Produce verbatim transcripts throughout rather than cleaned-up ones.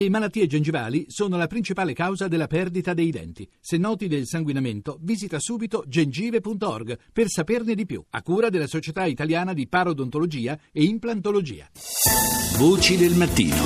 Le malattie gengivali sono la principale causa della perdita dei denti. Se noti del sanguinamento, visita subito gengive punto org per saperne di più, a cura della Società Italiana di Parodontologia e Implantologia. Voci del mattino.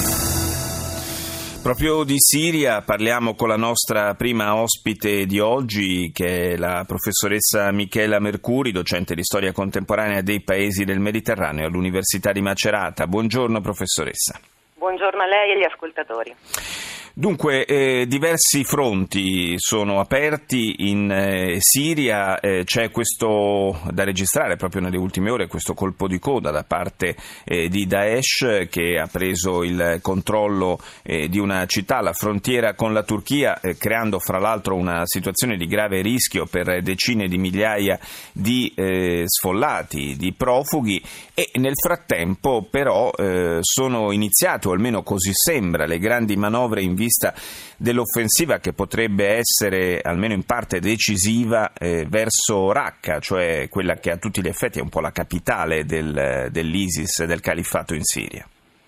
Proprio di Siria parliamo con la nostra prima ospite di oggi, che è la professoressa Michela Mercuri, docente di storia contemporanea dei paesi del Mediterraneo all'Università di Macerata. Buongiorno professoressa. Buongiorno a lei e agli ascoltatori. Dunque, eh, diversi fronti sono aperti in eh, Siria, eh, c'è questo da registrare proprio nelle ultime ore, questo colpo di coda da parte eh, di Daesh, che ha preso il controllo eh, di una città alla frontiera con la Turchia, eh, creando fra l'altro una situazione di grave rischio per decine di migliaia di eh, sfollati, di profughi, e nel frattempo però eh, sono iniziate, o almeno così sembra, le grandi manovre in vista dell'offensiva che potrebbe essere almeno in parte decisiva eh, verso Raqqa, cioè quella che a tutti gli effetti è un po' la capitale del, dell'ISIS, del califfato in Siria.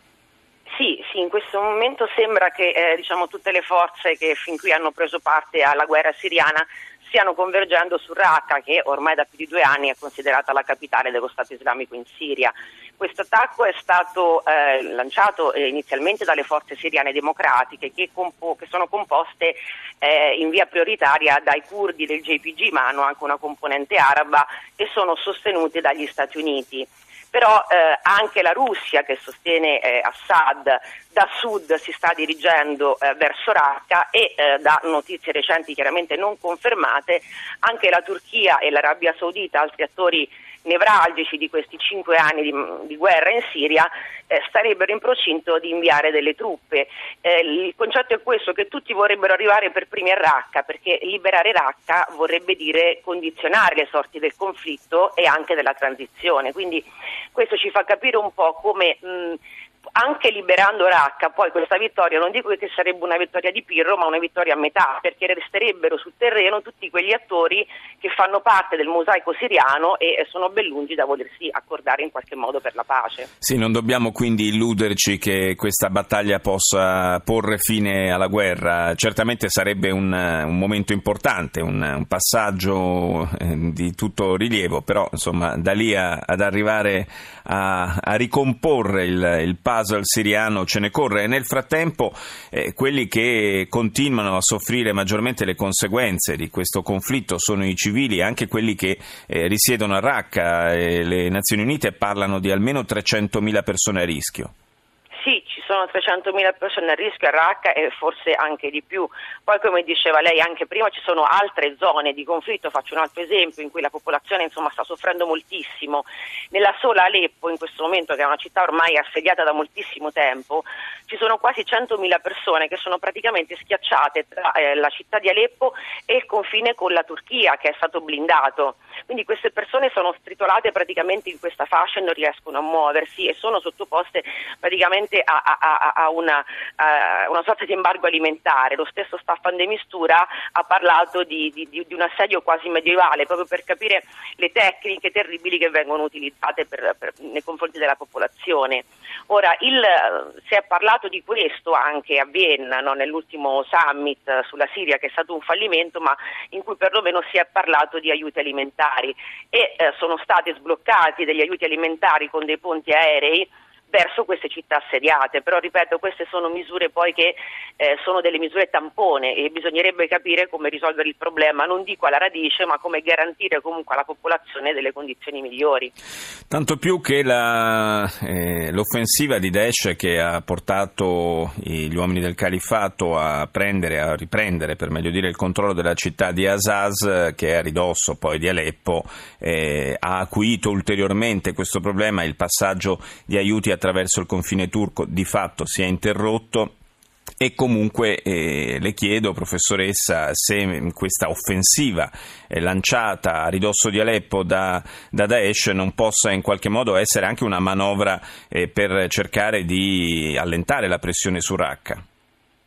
Sì, sì, in questo momento sembra che eh, diciamo tutte le forze che fin qui hanno preso parte alla guerra siriana stiano convergendo su Raqqa, che ormai da più di due anni è considerata la capitale dello Stato islamico in Siria. Questo attacco è stato eh, lanciato eh, inizialmente dalle forze siriane democratiche, che, compo- che sono composte eh, in via prioritaria dai curdi del J P G, ma hanno anche una componente araba, e sono sostenute dagli Stati Uniti. Però eh, anche la Russia, che sostiene eh, Assad, da sud si sta dirigendo eh, verso Raqqa, e eh, da notizie recenti chiaramente non confermate anche la Turchia e l'Arabia Saudita, altri attori nevralgici di questi cinque anni di, di guerra in Siria, eh, starebbero in procinto di inviare delle truppe. Eh, il concetto è questo, che tutti vorrebbero arrivare per primi a Raqqa, perché liberare Raqqa vorrebbe dire condizionare le sorti del conflitto e anche della transizione. Quindi questo ci fa capire un po' come mh, anche liberando Raqqa, poi questa vittoria, non dico che sarebbe una vittoria di Pirro, ma una vittoria a metà, perché resterebbero sul terreno tutti quegli attori che fanno parte del mosaico siriano e sono ben lungi da volersi accordare in qualche modo per la pace. Sì, non dobbiamo quindi illuderci che questa battaglia possa porre fine alla guerra. Certamente sarebbe un, un momento importante, un, un passaggio eh, di tutto rilievo, però insomma da lì a, ad arrivare a, a ricomporre il, il puzzle siriano ce ne corre. E nel frattempo eh, quelli che continuano a soffrire maggiormente le conseguenze di questo conflitto sono i civili, anche quelli che eh, risiedono a Raqqa. Eh, le Nazioni Unite parlano di almeno trecentomila persone a rischio. Sì, ci sono trecentomila persone a rischio a Raqqa e forse anche di più. Poi, come diceva lei anche prima, ci sono altre zone di conflitto. Faccio un altro esempio in cui la popolazione insomma sta soffrendo moltissimo. Nella sola Aleppo, in questo momento, che è una città ormai assediata da moltissimo tempo, ci sono quasi centomila persone che sono praticamente schiacciate tra eh, la città di Aleppo e il confine con la Turchia, che è stato blindato. Quindi queste persone sono stritolate praticamente in questa fascia e non riescono a muoversi, e sono sottoposte praticamente a, a, a, una, a una sorta di embargo alimentare. Lo stesso Staffan de Mistura ha parlato di, di, di un assedio quasi medievale, proprio per capire le tecniche terribili che vengono utilizzate per, per, nei confronti della popolazione. Ora, il, si è parlato di questo anche a Vienna, no, nell'ultimo summit sulla Siria, che è stato un fallimento, ma in cui perlomeno si è parlato di aiuti alimentari, e eh, sono stati sbloccati degli aiuti alimentari con dei ponti aerei verso queste città assediate. Però ripeto, queste sono misure poi che eh, sono delle misure tampone, e bisognerebbe capire come risolvere il problema, non dico alla radice, ma come garantire comunque alla popolazione delle condizioni migliori. Tanto più che la, eh, l'offensiva di Daesh, che ha portato gli uomini del califfato a prendere, a riprendere per meglio dire il controllo della città di Azaz, che è a ridosso poi di Aleppo, eh, ha acuito ulteriormente questo problema. Il passaggio di aiuti attraverso il confine turco di fatto si è interrotto. E comunque eh, le chiedo, professoressa, se questa offensiva eh, lanciata a ridosso di Aleppo da, da Daesh non possa in qualche modo essere anche una manovra eh, per cercare di allentare la pressione su Raqqa.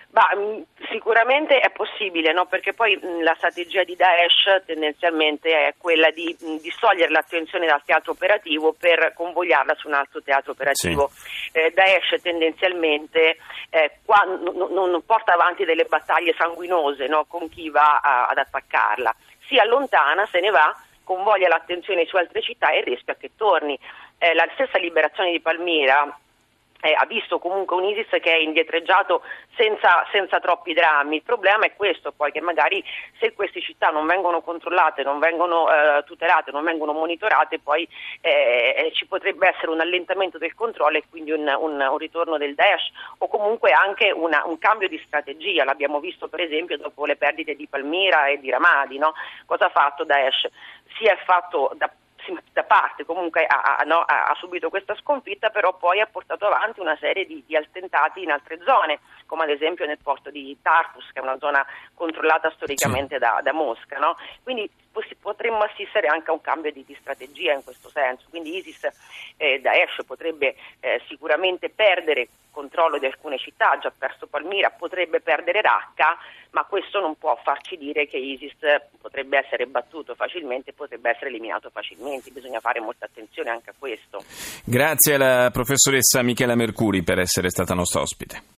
Bah, sicuramente è possibile, no? Perché poi mh, la strategia di Daesh tendenzialmente è quella di mh, distogliere l'attenzione dal teatro operativo per convogliarla su un altro teatro operativo. Sì. Eh, Daesh tendenzialmente eh, qua, n- n- non porta avanti delle battaglie sanguinose, no? Con chi va a- ad attaccarla, si allontana, se ne va, convoglia l'attenzione su altre città e rischia che torni. Eh, la stessa liberazione di Palmira Eh, ha visto comunque un ISIS che è indietreggiato senza, senza troppi drammi. Il problema è questo poi, che magari se queste città non vengono controllate, non vengono eh, tutelate, non vengono monitorate, poi eh, ci potrebbe essere un allentamento del controllo e quindi un, un, un ritorno del Daesh, o comunque anche una, un cambio di strategia. L'abbiamo visto per esempio dopo le perdite di Palmira e di Ramadi, no? Cosa ha fatto Daesh? Si è fatto da da parte, comunque ha, ha, no, ha subito questa sconfitta, però poi ha portato avanti una serie di, di attentati in altre zone, come ad esempio nel porto di Tartus, che è una zona controllata storicamente sì. da, da Mosca, no? Quindi potremmo assistere anche a un cambio di, di strategia in questo senso. Quindi ISIS, eh, Daesh potrebbe eh, sicuramente perdere controllo di alcune città, ha già perso Palmira, potrebbe perdere Raqqa, ma questo non può farci dire che ISIS potrebbe essere battuto facilmente, potrebbe essere eliminato facilmente. Bisogna fare molta attenzione anche a questo. Grazie alla professoressa Michela Mercuri per essere stata nostra ospite.